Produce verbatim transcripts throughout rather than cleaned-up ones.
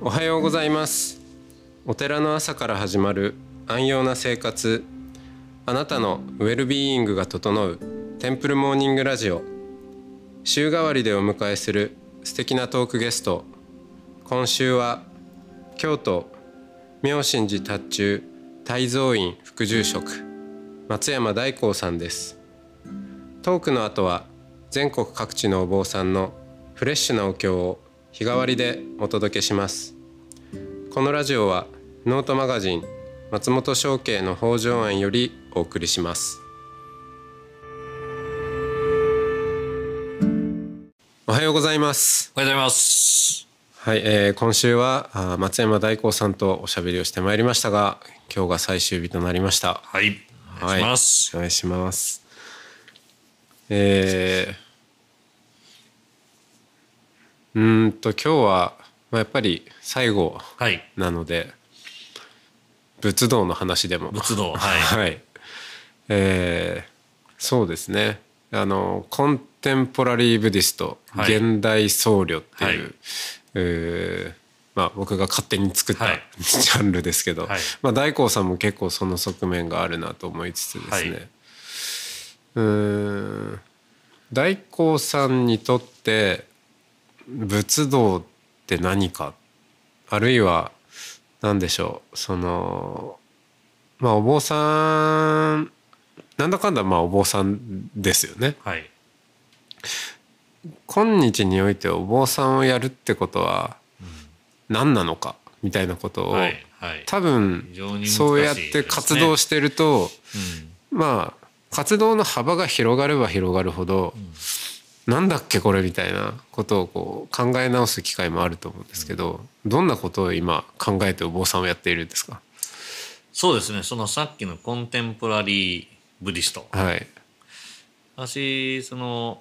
おはようございます。お寺の朝から始まる安養な生活、あなたのウェルビーイングが整うテンプルモーニングラジオ。週替わりでお迎えする素敵なトークゲスト。今週は京都妙心寺達中大蔵院副住職松山大光さんです。トークの後は全国各地のお坊さんのフレッシュなお経を日替わりでお届けします。このラジオはノートマガジン松本商家の北条庵よりお送りします。おはようございます。 おはようございます。 はい、えー、今週は松山大光さんとおしゃべりをしてまいりましたが、今日が最終日となりました。 はい、お願いします。 はい、お願いします。えー、うーんと今日は、まあ、やっぱり最後なので、はい、仏道の話でも仏道、はいはい、えー、そうですね、あのコンテンポラリーブディスト、はい、現代僧侶っていう、はい、えーまあ、僕が勝手に作った、はい、ジャンルですけど、はい、まあ、大光さんも結構その側面があるなと思いつつですね、はい、うーん大光さんにとって仏道って何か、あるいは何でしょう、そのまあお坊さんなんだかんだまあお坊さんですよね、 はい、 今日においてお坊さんをやるってことは何なのかみたいなことを、はいはい、多分そうやって活動してると、うん、まあ活動の幅が広がれば広がるほど、うん、なんだっけこれみたいなことをこう考え直す機会もあると思うんですけど、うん、どんなことを今考えてお坊さんをやっているんですか？ そうですね、そのさっきのコンテンポラリーブディスト、はい、私その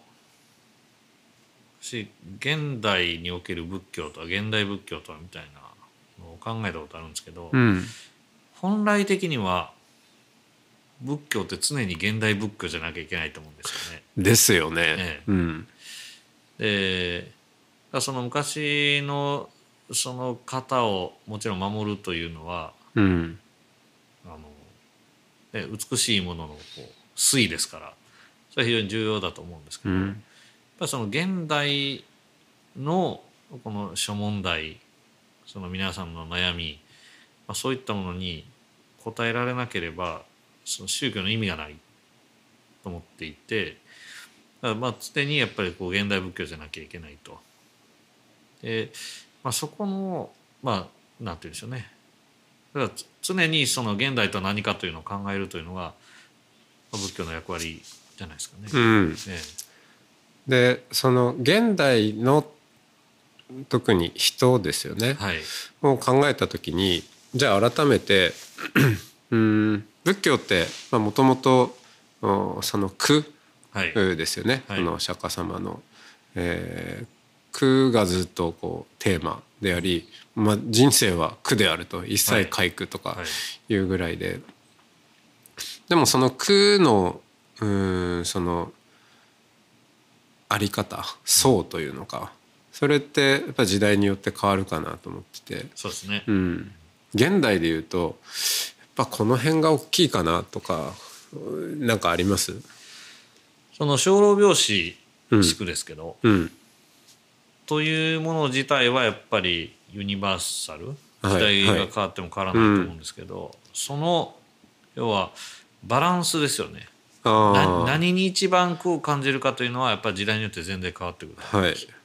私現代における仏教とは現代仏教とはみたいなのを考えたことあるんですけど、うん、本来的には仏教って常に現代仏教じゃなきゃいけないと思うんですよね。 ですよね。 ね、うん、でその昔のその型をもちろん守るというのは、うん、あのね、美しいもののこう粋ですから、それは非常に重要だと思うんですけど、うん、やっぱりその現代のこの諸問題、その皆さんの悩み、まあ、そういったものに答えられなければその宗教の意味がないと思っていて、だからまあ常にやっぱりこう現代仏教じゃなきゃいけないと。で、まあ、そこのまあなんて言うんでしょうね。だから常にその現代とは何かというのを考えるというのが仏教の役割じゃないですかね。うんね、 でその現代の特に人ですよね、はい、を考えた時に、じゃあ改めてうん仏教ってもともとその苦ですよね、はい、その釈迦様の、えー、苦がずっとこうテーマであり、まあ、人生は苦であると、一切皆苦とかいうぐらいで、はいはい、でもその苦のうーんそのあり方、層というのか、それってやっぱり時代によって変わるかなと思ってて、 そうですね、 うん、現代でいうとやっぱこの辺が大きいかなとかなんかあります？ その生老病死宿ですけど、うんうん、というもの自体はやっぱりユニバーサル、時代が変わっても変わらないと思うんですけど、はいはい、その要はバランスですよね。な何に一番苦を感じるかというのはやっぱり時代によって全然変わってくると思います、はい、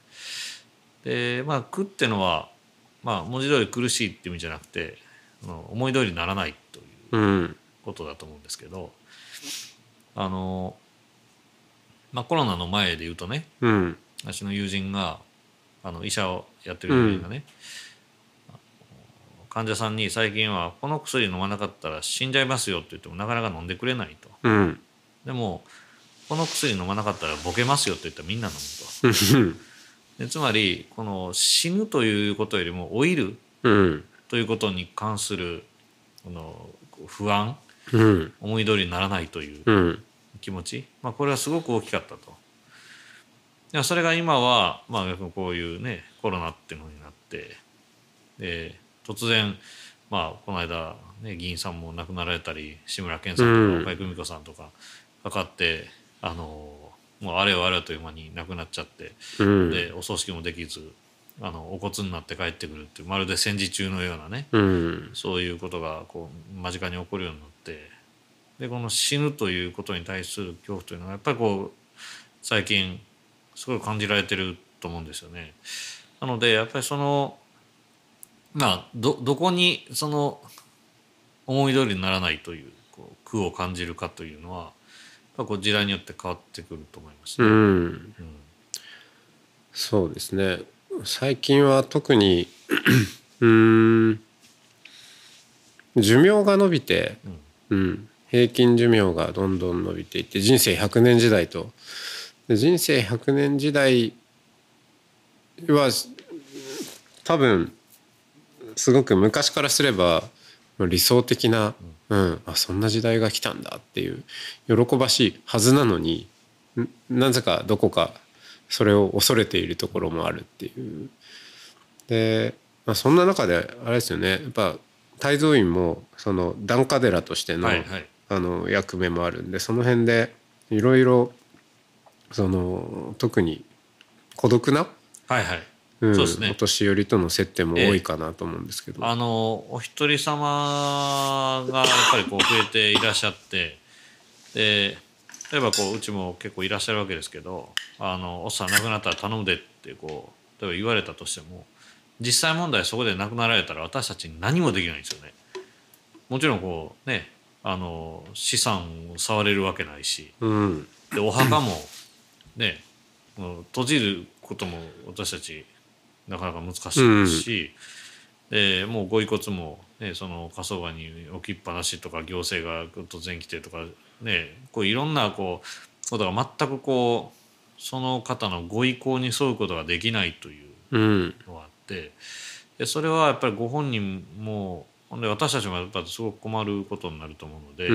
でまあ苦っていうのは、まあ、文字通り苦しいっていう意味じゃなくて思い通りにならないということだと思うんですけど、うん、あの、まあ、コロナの前で言うとね、うん、私の友人があの医者をやってる友人がね、うん、患者さんに最近はこの薬飲まなかったら死んじゃいますよって言ってもなかなか飲んでくれないと、うん、でもこの薬飲まなかったらボケますよって言ったらみんな飲むとで、つまりこの死ぬということよりも老いるということに関するこの不安、うん、思い通りにならないという気持ち、まあ、これはすごく大きかったと。いやそれが今は、まあ、こういうねコロナっていうのになってで突然まあこの間、ね、議員さんも亡くなられたり志村けんさんとか岡井久美子さんとかかかって、あのもうあれよあれよという間に亡くなっちゃって、うん、でお葬式もできずあのお骨になって帰ってくるっていうまるで戦時中のようなね、うん、そういうことがこう間近に起こるようになって、でこの死ぬということに対する恐怖というのはやっぱりこう最近すごい感じられてると思うんですよね。なのでやっぱりそのまあどどこにその思い通りにならないという、こう苦を感じるかというのはやっぱこう時代によって変わってくると思いますね。うんうん、 そうですね。最近は特にうーん寿命が伸びて、うんうん、平均寿命がどんどん伸びていって人生ひゃくねん時代と、で人生ひゃくねん時代は多分すごく昔からすれば理想的な、うん、あそんな時代が来たんだっていう喜ばしいはずなのに、なぜかどこかそれを恐れているところもあるっていう。で、まあ、そんな中であれですよね、やっぱ泰蔵院もその檀家寺としての、はいはい、あの役目もあるんで、その辺でいろいろその特に孤独な、 はいはい、 うん、そうですね、お年寄りとの接点も多いかなと思うんですけど、 えー、あのお一人様がやっぱりこう増えていらっしゃって、で例えばこううちも結構いらっしゃるわけですけど、あのおっさん亡くなったら頼むでってこう例えば言われたとしても、実際問題そこで亡くなられたら私たちに何もできないんですよね。もちろんこうね、あの資産を触れるわけないし、うん、でお墓もね閉じることも私たちなかなか難しいし、うん、でもうご遺骨も、ね、その火葬場に置きっぱなしとか行政が突然来てとかね、こういろんなこうことが全くこうその方のご意向に沿うことができないというのがあって、でそれはやっぱりご本人もで私たちもやっぱりすごく困ることになると思うので、うん、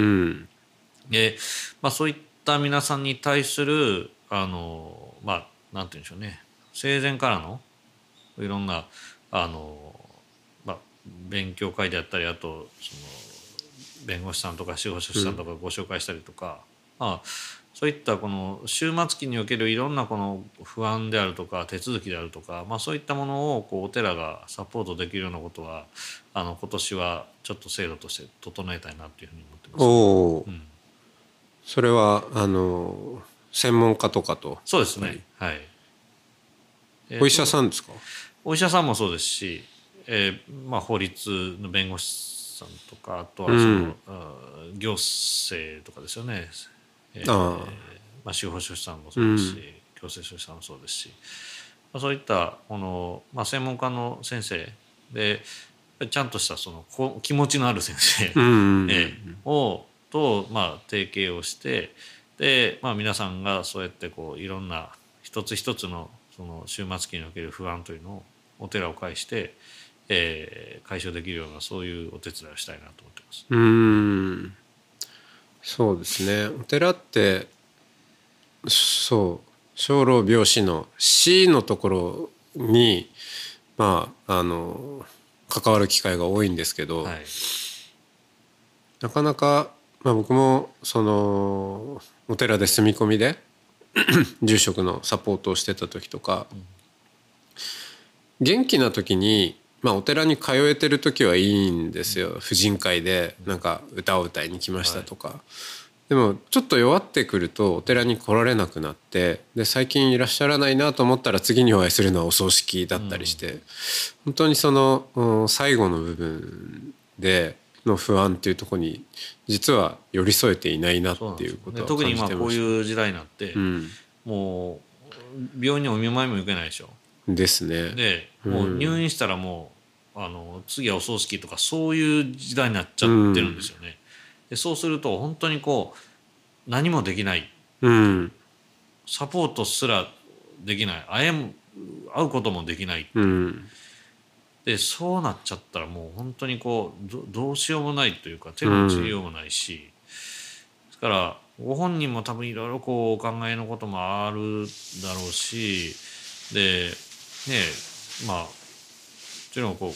でまあ、そういった皆さんに対するあのまあなんて言うんでしょうね、生前からのいろんなあの、まあ、勉強会であったり、あとその弁護士さんとか司法書士さんとかご紹介したりとか、うん、まあ、そういったこの終末期におけるいろんなこの不安であるとか手続きであるとか、まあ、そういったものをこうお寺がサポートできるようなことはあの今年はちょっと制度として整えたいなというふうに思ってます。 お、うん、それはあの専門家とかと。 そうですね、はい、 えー、お医者さんですか？ お医者さんもそうですし、えーまあ、法律の弁護士さんとか、あとはその、うん、行政とかですよね、えーあまあ、司法書士さんもそうですし、うん、行政書士さんもそうですし、まあ、そういったこの、まあ、専門家の先生でちゃんとしたそのこ気持ちのある先生、うんえー、をと、まあ、提携をしてで、まあ、皆さんがそうやってこういろんな一つ一つのその終末期における不安というのをお寺を介して、えー、解消できるようなそういうお手伝いをしたいなと思ってます。 うーん、そうですね。お寺ってそう生老病死の死のところにまああの関わる機会が多いんですけど、はい、なかなか、まあ、僕もそのお寺で住み込みで住職のサポートをしてた時とか、うん、元気な時に、まあ、お寺に通えてる時はいいんですよ。婦人会でなんか歌を歌いに来ましたとか、はい、でもちょっと弱ってくるとお寺に来られなくなって、で最近いらっしゃらないなと思ったら次にお会いするのはお葬式だったりして、うん、本当にその最後の部分での不安っていうところに実は寄り添えていないなっていうことは感じてました。 特に今こういう時代になって、うん、もう病院にお見舞いも行けないでしょ。 ですね。 でもう入院したらもう、うん、あの次はお葬式とかそういう時代になっちゃってるんですよね。うん、でそうすると本当にこう何もできない、うん、サポートすらできない、会え会うこともできない、うん、でそうなっちゃったらもう本当にこう ど, どうしようもないというか手の打ちようもないし、うん、ですからご本人も多分いろいろこうお考えのこともあるだろうし、でねえまあもちろんこう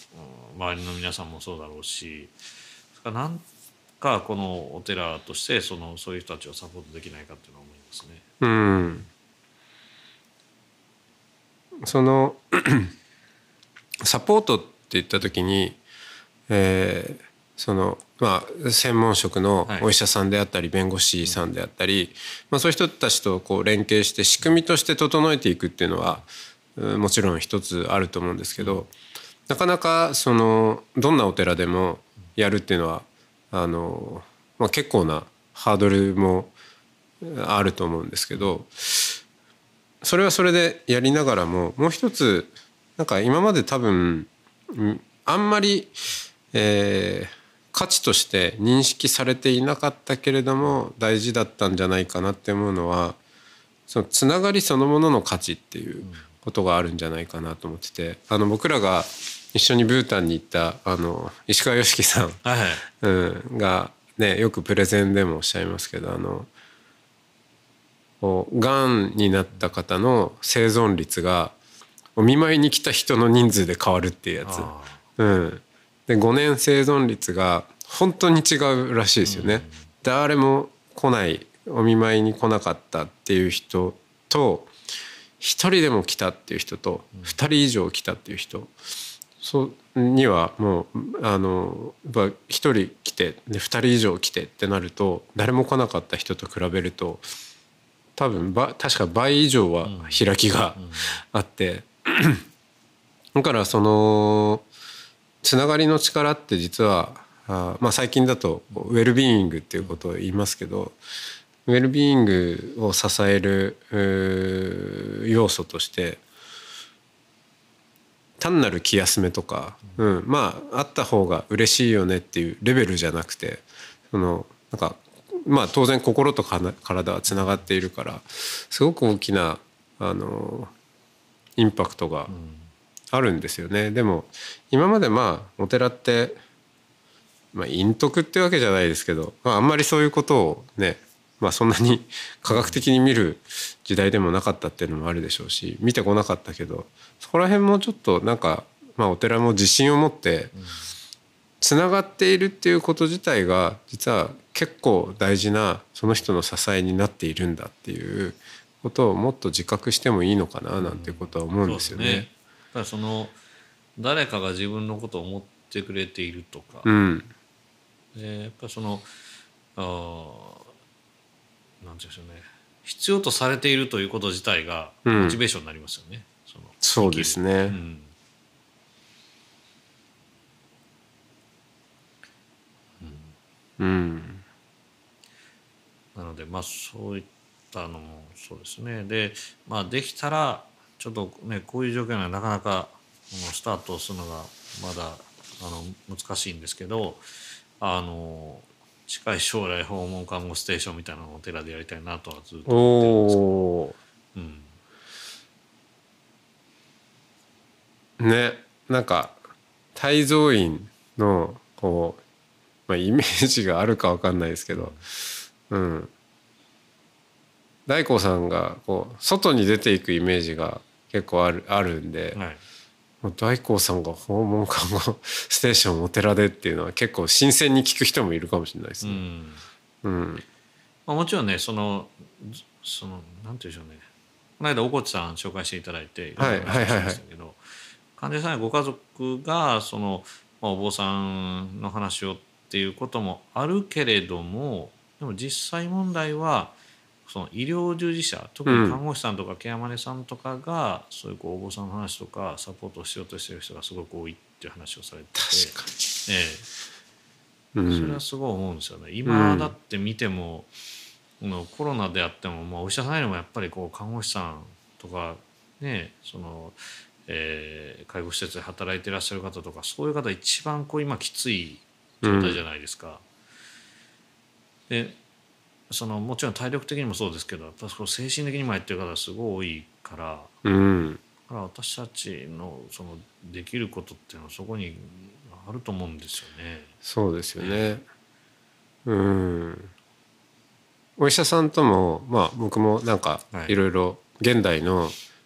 周りの皆さんもそうだろうし、なんかこのお寺としてそのそういう人たちをサポートできないかっていうのは思いますね。 うん、そのサポートって言った時に、えー、そのまあ専門職のお医者さんであったり弁護士さんであったり、まあ、そういう人たちとこう連携して仕組みとして整えていくっていうのはもちろん一つあると思うんですけど、なかなかそのどんなお寺でもやるっていうのはあの、まあ、結構なハードルもあると思うんですけど、それはそれでやりながらももう一つなんか今まで多分あんまり、えー、価値として認識されていなかったけれども大事だったんじゃないかなって思うのは、そのつながりそのものの価値っていうことがあるんじゃないかなと思ってて、あの僕らが一緒にブータンに行ったあの石川良樹さん、はいはい、うん、が、ね、よくプレゼンでもおっしゃいますけど、あのがんになった方の生存率がお見舞いに来た人の人数で変わるっていうやつ、うん、でごねん生存率が本当に違うらしいですよね、うん、誰も来ないお見舞いに来なかったっていう人とひとりでも来たっていう人とふたり以上来たっていう人そうにはもうあのやっぱひとり来てでふたり以上来てってなると誰も来なかった人と比べると多分ば確か倍以上は開きがあって、だからそのつながりの力って実はあ、まあ、最近だとウェルビーイングっていうことを言いますけど、ウェルビーイングを支える要素として単なる気休めとか、うん、まああった方が嬉しいよねっていうレベルじゃなくて、そのなんかまあ当然心と体はつながっているからすごく大きなあのインパクトがあるんですよね。でも今までまあお寺って、まあ、陰徳ってわけじゃないですけど、まあ、あんまりそういうことをね、まあ、そんなに科学的に見る時代でもなかったっていうのもあるでしょうし、見てこなかったけど、そこら辺もちょっとなんか、まあ、お寺も自信を持ってつながっているっていうこと自体が実は結構大事なその人の支えになっているんだっていうことをもっと自覚してもいいのかななんていうことは思うんですよね。うん、そうですね。 だからその誰かが自分のことを思ってくれているとか、 うん、 でやっぱりそのあなんていうんでしょうね、必要とされているということ自体がモチベーションになりますよね。うん、そのそうですね。 うんうん、 なのでまあそういったのもそうですね。で、まあ、できたらちょっとねこういう状況にはなかなかスタートするのがまだあの難しいんですけど、あの近い将来訪問看護ステーションみたいなのをお寺でやりたいなとはずっと思ってるんですけど、 うん、ね、なんか泰蔵院のこう、まあ、イメージがあるか分かんないですけど、うん、大光さんがこう外に出ていくイメージが結構ある、あるんで、はい、大光さんが訪問看護ステーションお寺でっていうのは結構新鮮に聞く人もいるかもしれないですね。うんうんまあ、もちろんねそのそのなんていうんでしょうね、この間おこちさん紹介していただいてはいはいはいはい、 患者さんやご家族がその、まあ、お坊さんの話をっていうこともあるけれども、でも実際問題はその医療従事者、特に看護師さんとかケアマネさんとかが、うん、そういうこうお坊さんの話とかサポートをしようとしている人がすごく多いっていう話をされてて、 確かに、 ええ、うん、それはすごい思うんですよね。今だって見ても、うん、コロナであっても、まあ、お医者さんよりもやっぱりこう看護師さんとかね、そのえー、介護施設で働いていらっしゃる方とかそういう方一番こう今きつい状態じゃないですか。うん、でそのもちろん体力的にもそうですけどやっぱその精神的にもやってる方がすごい多いから、 うん、 だから私たちのそのできることっていうのはそこにあると思うんですよね。 そうですよね。うん、お医者さんともまあ僕もなんかいろいろ現代の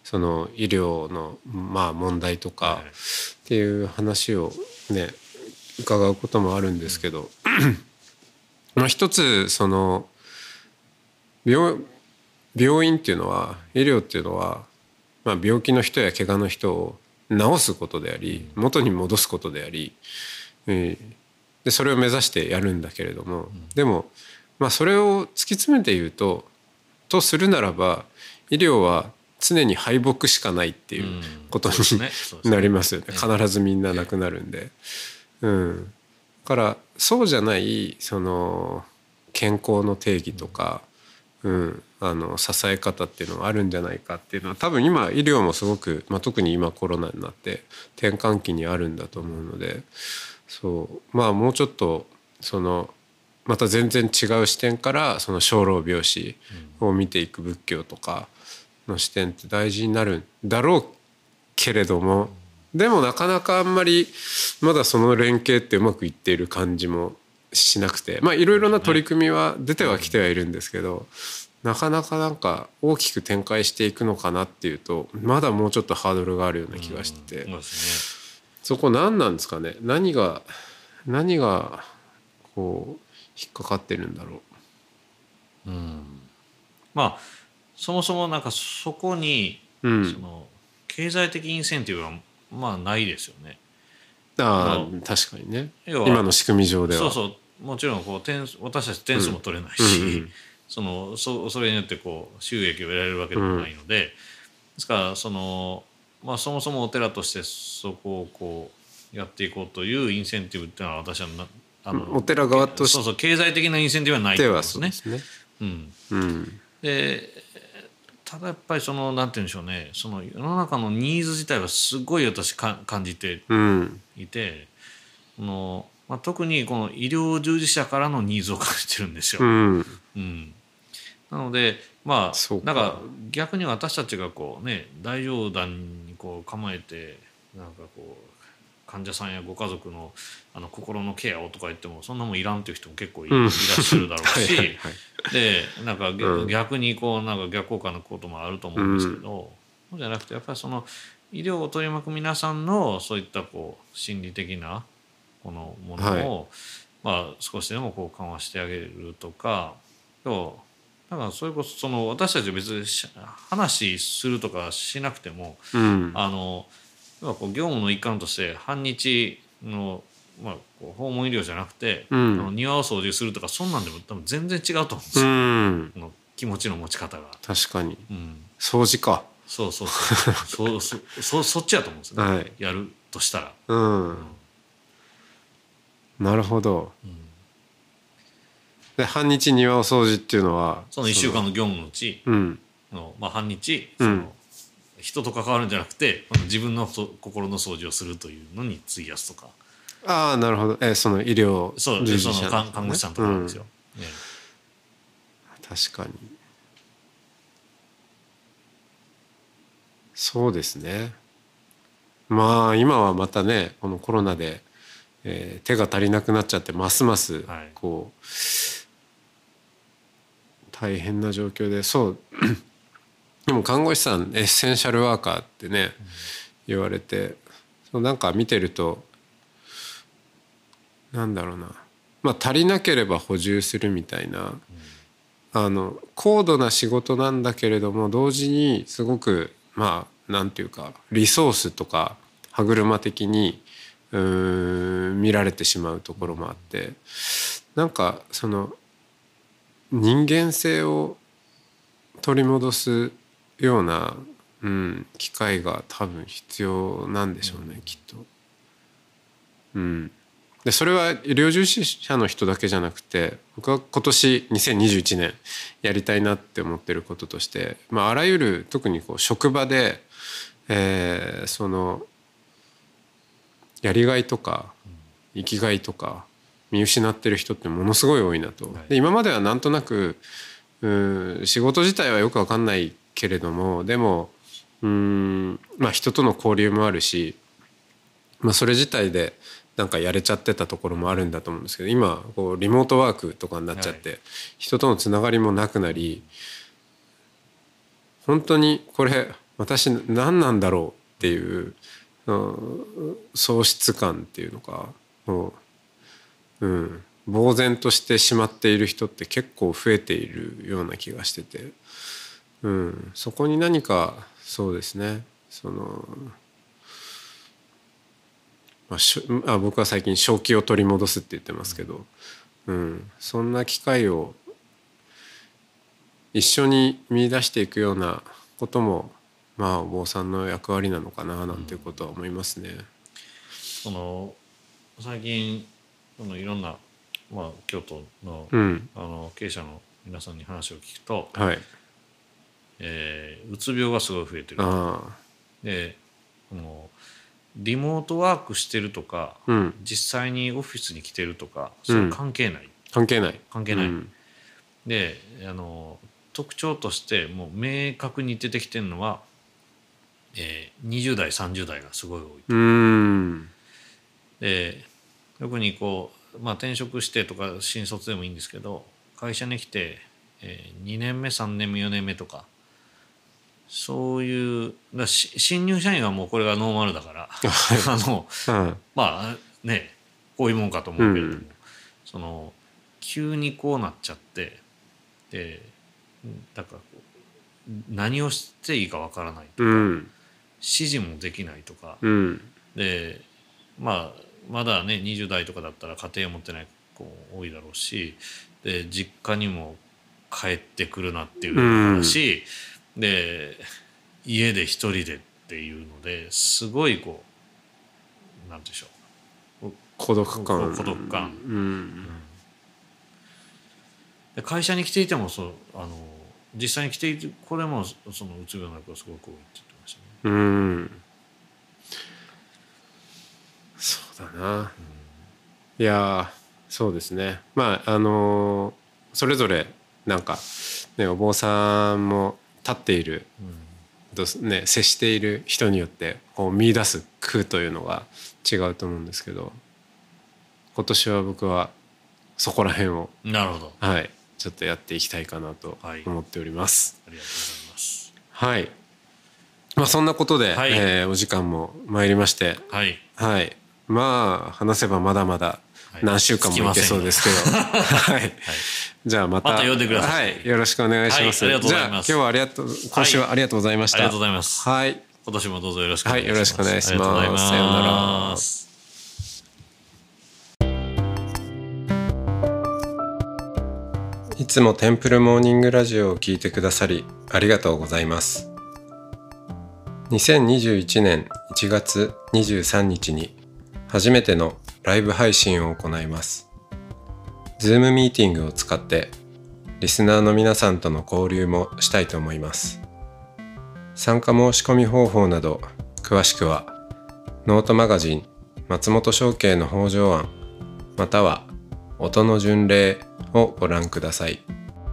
その医療のまあ問題とかっていう話をね伺うこともあるんですけど、まあ一つその 病, 病院っていうのは医療っていうのは、まあ、病気の人や怪我の人を治すことであり元に戻すことであり、えー、でそれを目指してやるんだけれども、でも、まあ、それを突き詰めて言うととするならば医療は常に敗北しかないっていうことになりますよね。必ずみんな亡くなるんで、うん、だからそうじゃないその健康の定義とか、うん、あの支え方っていうのがあるんじゃないかっていうのは多分今医療もすごく、まあ、特に今コロナになって転換期にあるんだと思うので、そうまあもうちょっとそのまた全然違う視点からその生老病死を見ていく仏教とかの視点って大事になるんだろうけれども、でもなかなかあんまりまだその連携ってうまくいっている感じもしなくて、まあいろいろな取り組みは出てはきてはいるんですけど、なかなかなんか大きく展開していくのかなっていうとまだもうちょっとハードルがあるような気がしてて、そこ何なんですかね。何が何がこう引っかかってるんだろう。うん、まあそもそもなんかそこに、うん、その経済的インセンティブはまあないですよね。 ああ確かにね。今の仕組み上ではそうそうもちろんこう点私たち点数も取れないし、うんうんうん、その そ, それによってこう収益を得られるわけでもないので、うん、ですからその、まあ、そもそもお寺としてそこをこうやっていこうというインセンティブっていうのは私はなあのお寺側としてそうそう経済的なインセンティブはないと思うんですね。 そうですね、 うんうん、でただやっぱりそのなんて言うんでしょうね、その世の中のニーズ自体はすごい私か感じていて、うん、のまあ、特にこの医療従事者からのニーズを感じてるんですよ。うんうん、なのでまあなんか逆に私たちがこうね大乗壇にこう構えてなんかこう患者さんやご家族のあの心のケアをとか言ってもそんなもんいらんという人も結構 い,、うん、いらっしゃるだろうしはいはい、はい、でなんか、うん、逆にこうなんか逆効果のこともあると思うんですけど、うん、そうじゃなくてやっぱりその医療を取り巻く皆さんのそういったこう心理的なこのものを、はいまあ、少しでもこう緩和してあげるとか、だからそれこそその私たちは別に話するとかしなくても、うん、あのこう業務の一環として半日の、まあ、こう訪問医療じゃなくて、うん、あの庭を掃除するとかそんなんでも多分全然違うと思うんですよ、うん、この気持ちの持ち方が。 確かに、うん、掃除かそうそうそうそ, そ, そ, そっちやと思うんですよね、はい、やるとしたら、うんうん、 なるほど、うん、で半日庭を掃除っていうのはそのいっしゅうかんの業務のうちの、うんまあ、半日その、うん人と関わるんじゃなくて自分の心の掃除をするというのに費やすとか。 ああなるほど、えその医療従事者、ね、その看護師さんとかなんですよ、うんね、 確かにそうですね。まあ今はまたねこのコロナで、えー、手が足りなくなっちゃってますますこう、はい、大変な状況でそうでも看護師さんエッセンシャルワーカーってね、うん、言われてそうなんか見てるとなんだろうな、まあ、足りなければ補充するみたいな、うん、あの高度な仕事なんだけれども同時にすごくまあなんていうかリソースとか歯車的にうーん見られてしまうところもあってなんかその人間性を取り戻すような、うん、機会が多分必要なんでしょうね、うん、きっと。うん、でそれは医療従事者の人だけじゃなくて僕は今年にせんにじゅういちねんやりたいなって思ってることとして、まあ、あらゆる特にこう職場で、えー、そのやりがいとか生きがいとか見失ってる人ってものすごい多いなと。で今まではなんとなくうん仕事自体はよく分かんないけれどもでもうーん、まあ、人との交流もあるし、まあ、それ自体でなんかやれちゃってたところもあるんだと思うんですけど今こうリモートワークとかになっちゃって、はい、人とのつながりもなくなり本当にこれ私何なんだろうっていう、うん、喪失感っていうのか、うん、呆然としてしまっている人って結構増えているような気がしてて、うん、そこに何かそうですね、その、まあ、しょあ僕は最近正気を取り戻すって言ってますけど、うん、そんな機会を一緒に見出していくようなことも、まあお坊さんの役割なのかななんていうことは思いますね。 その最近そのいろんな、まあ、京都 の,、 うん、 あの経営者の皆さんに話を聞くと、 はい、 えー、うつ病がすごい増えてると。 あでこのリモートワークしてるとか、 うん、 実際にオフィスに来てるとかそれ関係ない、うん、 関係ない関係ない、 うん、 であの特徴としてもう明確に出てきてるのは、えー、にじゅう代さんじゅう代がすごい多いと。 うんで特にこう、まあ、転職してとか新卒でもいいんですけど会社に来て、えー、にねんめさんねんめよねんめとかそういうだ新入社員はもうこれがノーマルだからあの、うん、まあねこういうもんかと思うけれども、うん、その急にこうなっちゃってでだから何をしていいかわからないとか、うん、指示もできないとか、うん、でまあまだねにじゅう代とかだったら家庭を持ってない子多いだろうしで実家にも帰ってくるなっていう話、うん、で家で一人でっていうのですごいこうなんていうんでしょう孤独感孤独感、うんうん、で会社に来ていてもそうあの実際に来ていてこれもそのうつ病の子がすごく多いって言ってましたね。うんそうだな、うん、いやそうですねまああのそれぞれなんか、ね、お坊さんも立っている、うんね、接している人によってこう見出す空というのが違うと思うんですけど今年は僕はそこら辺をなるほど、 はい、ちょっとやっていきたいかなと思っております、 はい、ありがとうございます。 はい、まあ、そんなことで、はいえー、お時間も参りまして、 はいはい、まあ話せばまだまだ何週間もいけそうですけど、はい、はい、じゃあまた、 また呼んでください。 はい、よろしくお願いします。 はい、ありがとうございます。 じゃあ今日はありがとう、今週はありがとうございました。 はい、ありがとうございます。 はい、 今年もどうぞよろしくお願いします。 はい、よろしくお願いします。 ありがとうございます。 さようなら。いつもテンプルモーニングラジオを聞いてくださりありがとうございます。にせんにじゅういちねんいちがつにじゅうさんにちに初めてのライブ配信を行います。Zoom ミーティングを使ってリスナーの皆さんとの交流もしたいと思います。参加申し込み方法など詳しくはノートマガジン松本商家の北条案または音の巡礼をご覧ください。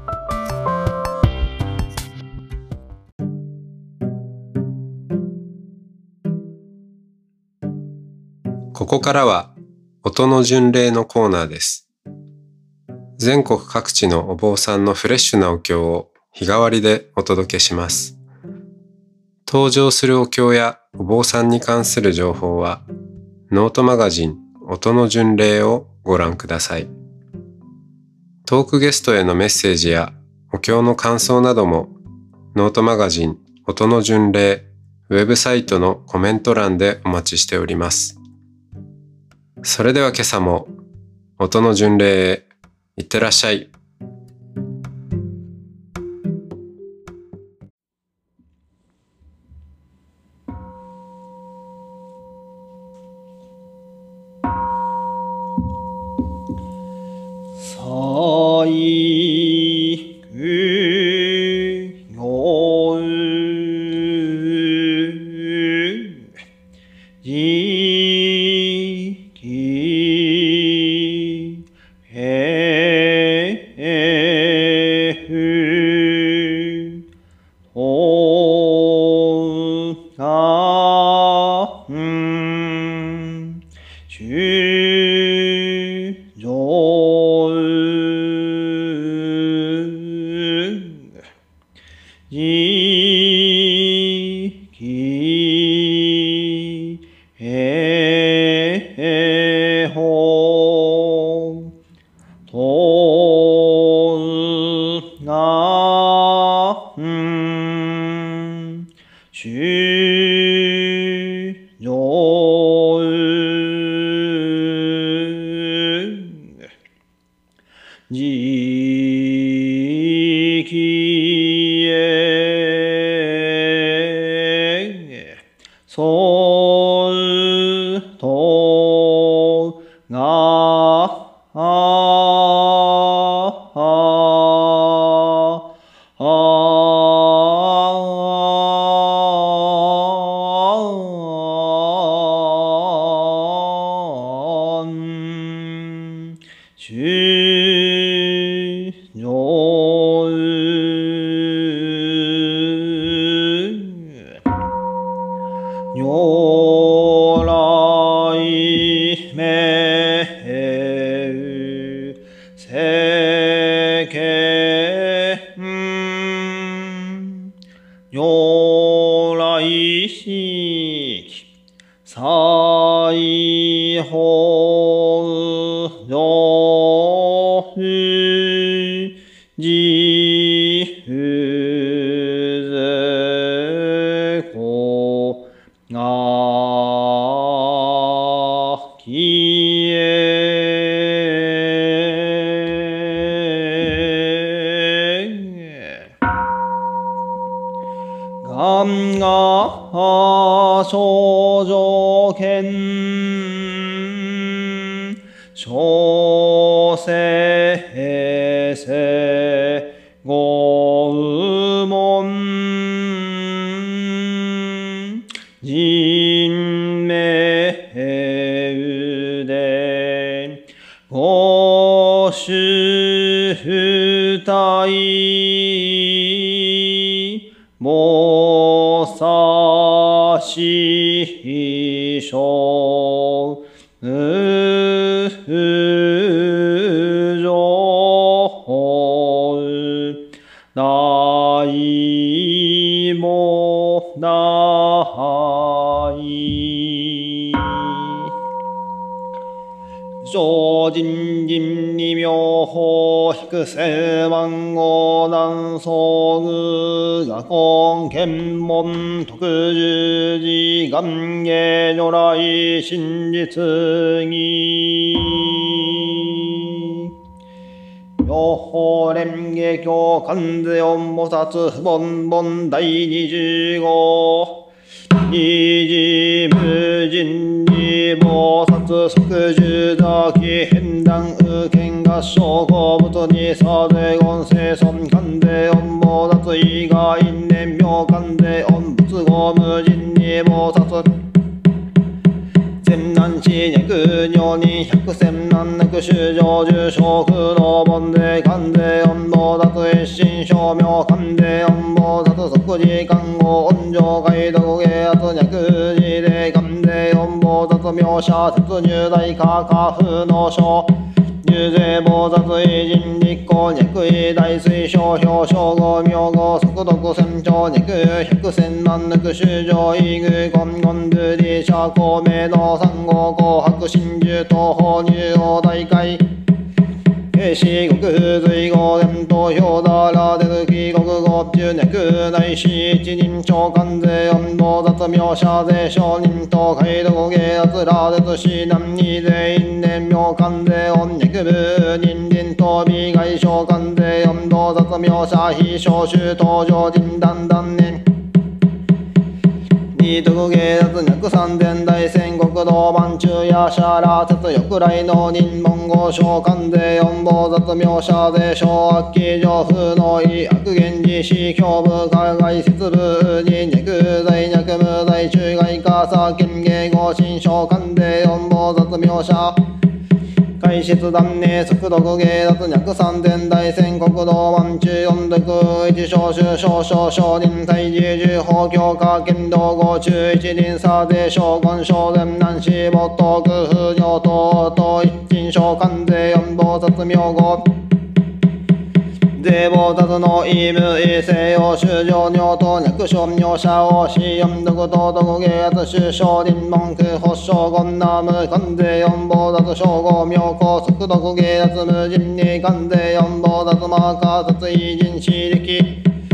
ここからは音の巡礼のコーナーです。全国各地のお坊さんのフレッシュなお経を日替わりでお届けします。登場するお経やお坊さんに関する情報はノートマガジン音の巡礼をご覧ください。トークゲストへのメッセージやお経の感想などもノートマガジン音の巡礼ウェブサイトのコメント欄でお待ちしております。それでは今朝も音の巡礼へいってらっしゃい。 じ修上自力へそうとが如来名世間如来式西方上自不絶故がきえ願が少女見小生世ごうもん人名でご主体菩薩師匠無常大もない精進人二妙法百世万語南宋具画根検問特十字願下如来真実義妙法蓮華経観世音菩薩梵本第二十五二次無尽に菩薩即十座起変断右見合唱古物にさで言世尊観世音菩薩以外因縁妙観世音仏語無尽に菩薩千難四脈如人百千難なく衆生十小空道本で観世音菩薩一心称名観世音菩薩即時観語音上解読芸圧脈寺で観世音菩薩妙写説入大化下風の書入世菩薩偉人立候脈位大水小表称号名号速読千長脈百千万抜く衆生異具根根ルリ社公明の三号紅白真珠東方入王大会平四国風水語伝東表だら出る気国語中脈内四一人称観世音菩薩妙写税商人と解読芸圧ら出四南二世因縁妙観世音脈部人林と美外小観世音菩薩妙写非小衆登場人団断年二徳芸圧脈三千大戦国道万中夜叉羅刹翼来の人文語召観世音菩薩妙写税小悪鬼上風の意悪源氏死教部海外節部に脈在脈無在中外化差権芸語新召観世音菩薩妙写開出断念速読芸圧脈三千大戦国道万中四徳一小衆小小少人大十十法教化剣道五中一輪差税将軍少年南市没頭空風上等等一人召観世音菩薩妙語税菩薩の意無異性を衆生尿と脈小妙写を四四徳道徳芸圧衆少林文句発将軍南無観世音菩薩称号妙高速読芸圧無尽に観世音菩薩マーカー殺異人私力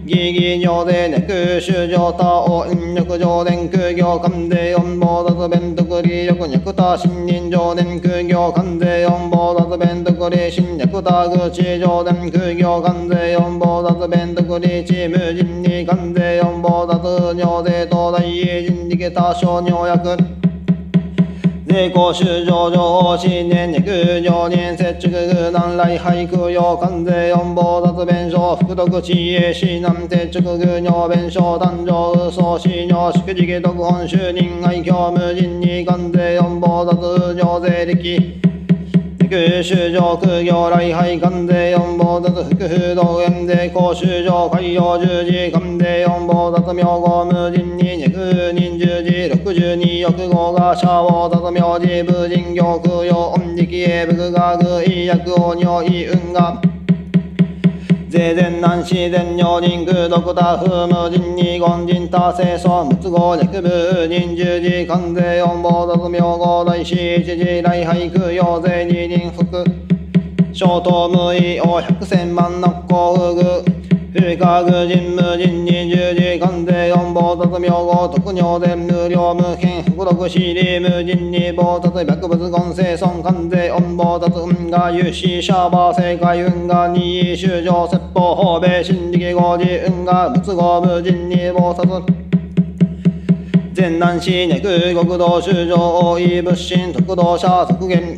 義義上でネク修上他を引力上伝空行関税音棒脱弁徳利力脈他新人上伝空行関税音棒脱弁徳利新脈他口上伝空行関税音棒脱弁徳利地無人に関税音棒脱尿税東大人力他小尿薬税公修上上新年肉上年接触具南来俳句用関税音棒脱弁償福徳知恵市南接触具尿弁償誕生嘘死尿祝辞特本就任愛嬌無人に関税音棒脱尿税力肉修上空行来廃関税音棒脱福風道園税公修上海洋十字関税音棒脱名号無人に肉人十字六十二億号が社王脱名字無人行空用音力英仏が具医薬王尿意運が税前南自然尿人空独多風無人に言人多清楚無都合略部人十字関税音棒脱名号大師一時来廃空用税二人服小東無意王百千万の幸福不可具人無人に十字関税音棒脱名号特尿伝無料無権福徳私利無人に棒脱白物言生損関税音棒脱運河有志シャーバー正解運河二位修上説法法米新力合事運河仏合無人に棒脱前南市ネク国道修上大井仏心特道者削減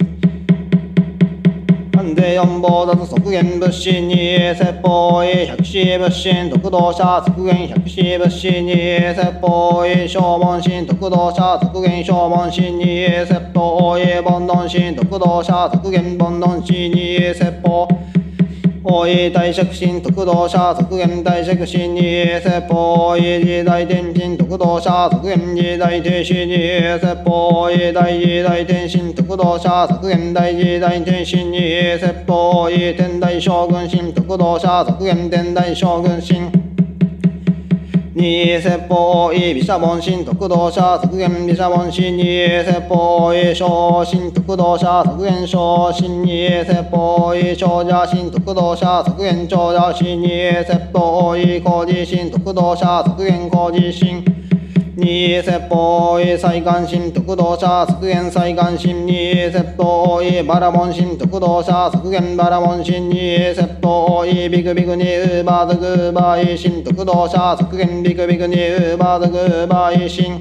関税音棒脱削減物心に説法医百死物心特道者削減百死物心に説法医小門心特道者削減小門心に説法医煩悩心特道者削減煩悩心に説法大井大釈心特道者削減大釈心に説法医時代天心特道者削減時代停止に説法医大時代天心特道者削減大時代天心に説法医天大将軍心特道者削減天大将軍心二説法医毘沙門心特道者削減毘沙門心に説法医小心特道者削減小心に説法医長者心特道者削減長者心に説法医工事心特道者削減工事心二説法医再感心特道者削減再感心二説法医バラモン心特道者削減バラモン心二説法医ビクビクにウーバードグーバー医心特道者削減ビクビクにウーバードグーバー医心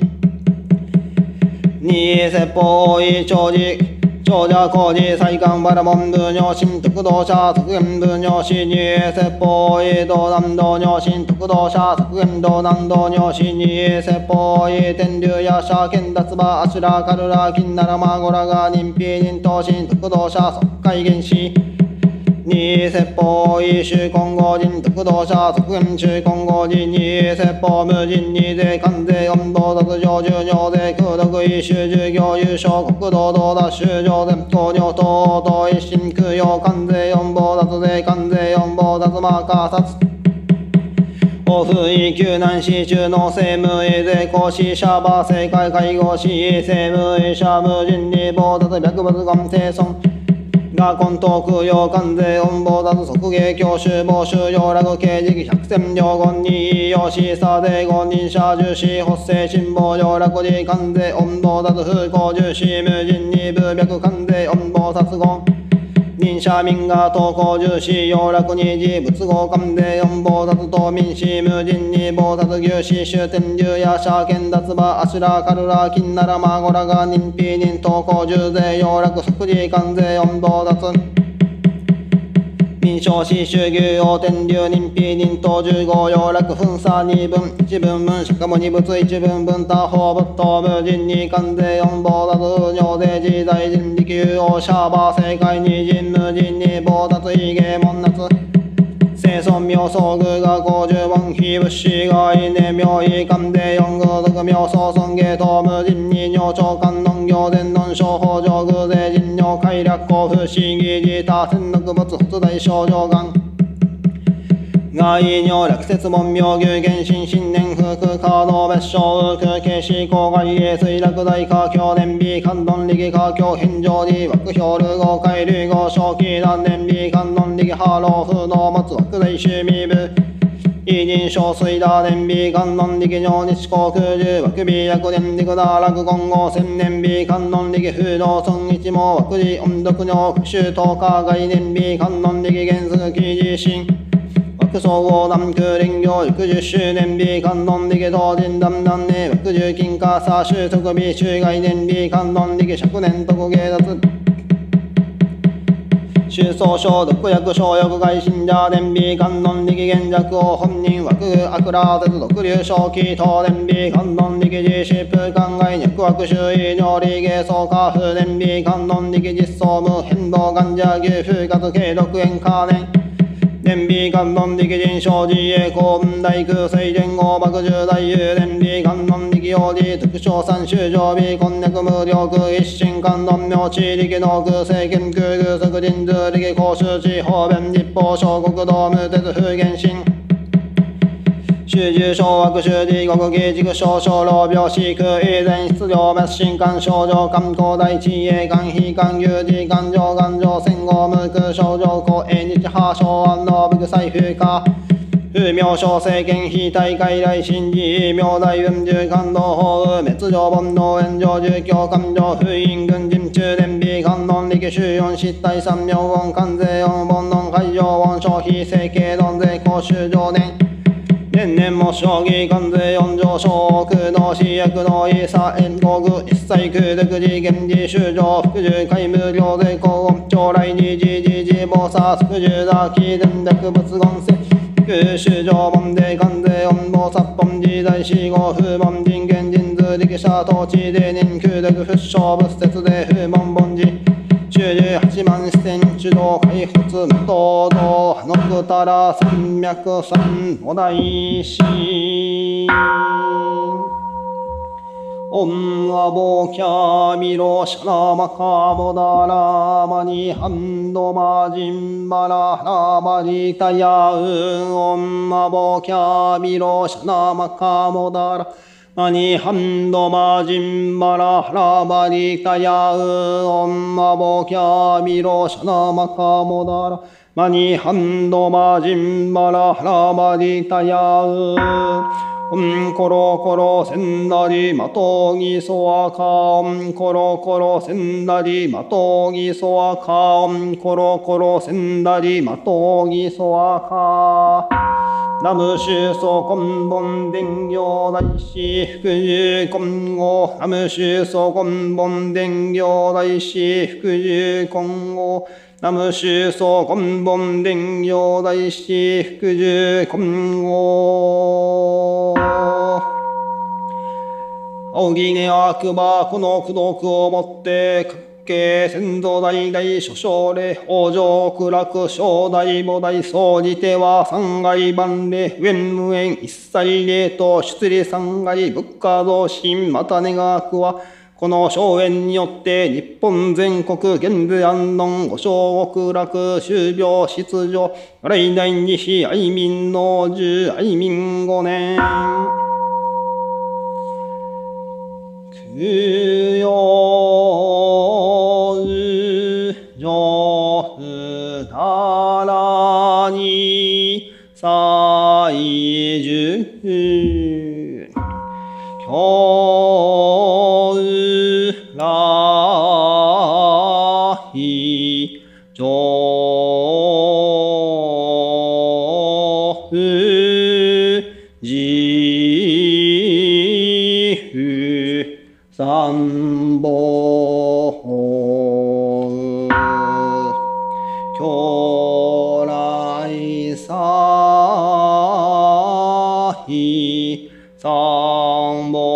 二説法医長寿長者工事再感バラモン部尿心特道者削減部尿死二説法医道南道尿心特道者削減道南道尿死二説法医天竜や社剣脱馬アシュラカルラ金奈良マゴラが人否人頭心特道者即海原始二説法医衆混合人特道者即減衆混合人二説法無人二税関税音道脱上重尿税空毒医衆従業優勝国道道脱修上前公尿等等一心空用関税音棒脱税関税音棒脱マーカー殺オフ医救難士中の政務医税公士シャーバー正解介護士政務医者無人二棒脱白物言生損が根東空用関税音棒脱即芸教習防収用楽刑事百戦両言に用シーサー税言人者重視発生辛抱用楽寺関税音棒脱風光重視無人に部白関税音棒殺言人者民が投稿重視要楽二次仏合関税音棒脱島民士無人に棒脱牛士終天竜や社剣脱馬アシュラカルラ金奈良マゴラが人否人投稿重税要楽即時関税音棒脱民商士衆牛王天竜人否人等十五要楽分差二分一分分釈迦牟尼仏一分分他法仏等無人に関税音棒脱尿税自在人力有王シャーバー正解二人無人に棒脱異芸門夏生存妙相具が五十万非物資がいね妙意関税四具徳妙相尊芸等無人に尿長官農業伝論商法上偶税人尿快楽交付市議自他天禄物発大症状がん外尿落雪門妙牛原神新年風空カード別称空景市郊外衛水落大華僑年美観論力華僑返上に枠表流合海流合正気断年美観論力ハロー風の松枠大趣味部異人小水打天美観音力上日光空十枠美薬伝陸打落言語千年美観音力風道尊一網枠寺音読上復習等下概念美観音力原則記事心枠総合南空林業翌十周年美観音力当人談談年枠十金貨差収束美中概念美観音力釈年特芸脱修宗小毒薬小薬外信者伝美観音力現弱を本人枠悪羅絶毒流小気等伝美観音力実施風間外脈枠周囲尿理芸総化風伝美観音力実相無変動患者牛風活継続円可年伝美観音力人生自衛公文大空水前後幕十大有伝美観音力用事特徴三種常備こんにゃく無力一心観音明地力能空政権空偶則人数力公衆地方便立法小国道無鉄風原神集中小枠集地国技軸小小老病死空以前質量滅心肝症状肝高大地営肝非肝有事肝上肝上戦後無空症状高永日破小安老部財風化風明小政権非大会来新寺明大雲重感動法雨滅上煩悩炎上住教感情封印軍人中伝美観音力周四失態三明音関税音煩悩海上音消費整形論税公衆上年年々も将棋関税四条小空の死薬の遺差円国一切空独自現時修上服従皆無料税高音将来二次二次謀殺服従打気電力物言性空修上門で関税音謀殺本時代死後風門人間人数力者統治で人空独不勝物説で風門本時九十八万四千主導開発無東道のくたら山脈山お大師オンアボキャミロシャナマカボダラマニハンドマジンバララバリタヤウンオンアボキャミロシャナマカボダラマニハンドマジンバラハラバリタヤウオンマボキャミロシャナマカモダラマニハンドマジンバラハラバリタヤウオンコロコロセンダリマトギソアカオンコロコロセンダリマトギソアカオンコロコロセンダリマトギソアカナムシュソコンボン伝行大師福寿今後ナムシュソコンボン伝行大師福寿今後ナムシュソコンボン伝行大師福寿今後青木根悪魔この功徳をもって先祖代々諸将礼往生苦楽正代母代総じては三害万礼縁無縁一切礼と出利三害仏家増進また願わくはこの荘園によって日本全国現在安穏五小極楽終病失状来代に非愛民の十愛民五年供養上不ならに最重教来上不自負三宝教来さひ三宝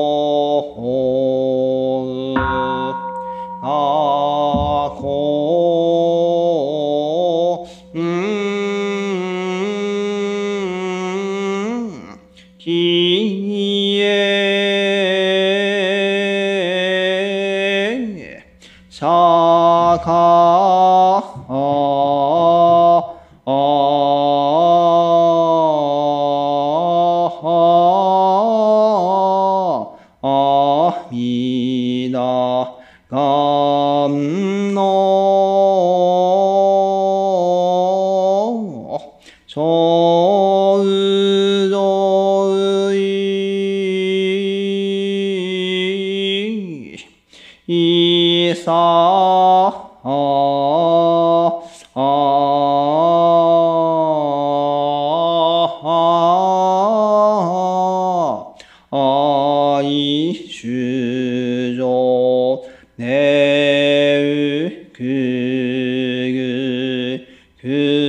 あこんきえしゃかあみだがんの小宇いさああいしゅじょねうくぐく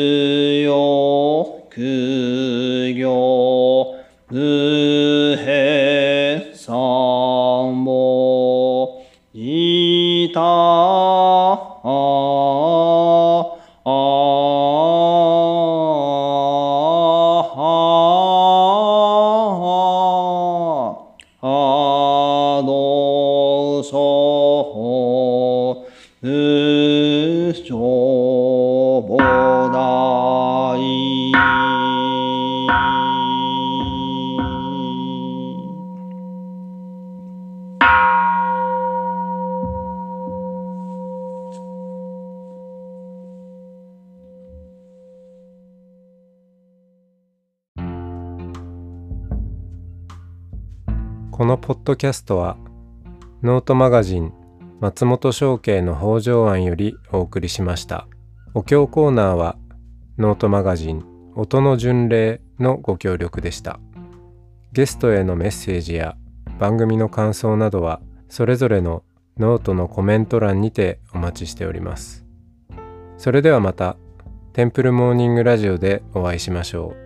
よくぎょぬへさんぼいたああどそぬしょぼだいこのポッドキャストはノートマガジン松本商家の北条庵よりお送りしました。お経コーナーはノートマガジン音の巡礼のご協力でした。ゲストへのメッセージや番組の感想などはそれぞれのノートのコメント欄にてお待ちしております。それではまたテンプルモーニングラジオでお会いしましょう。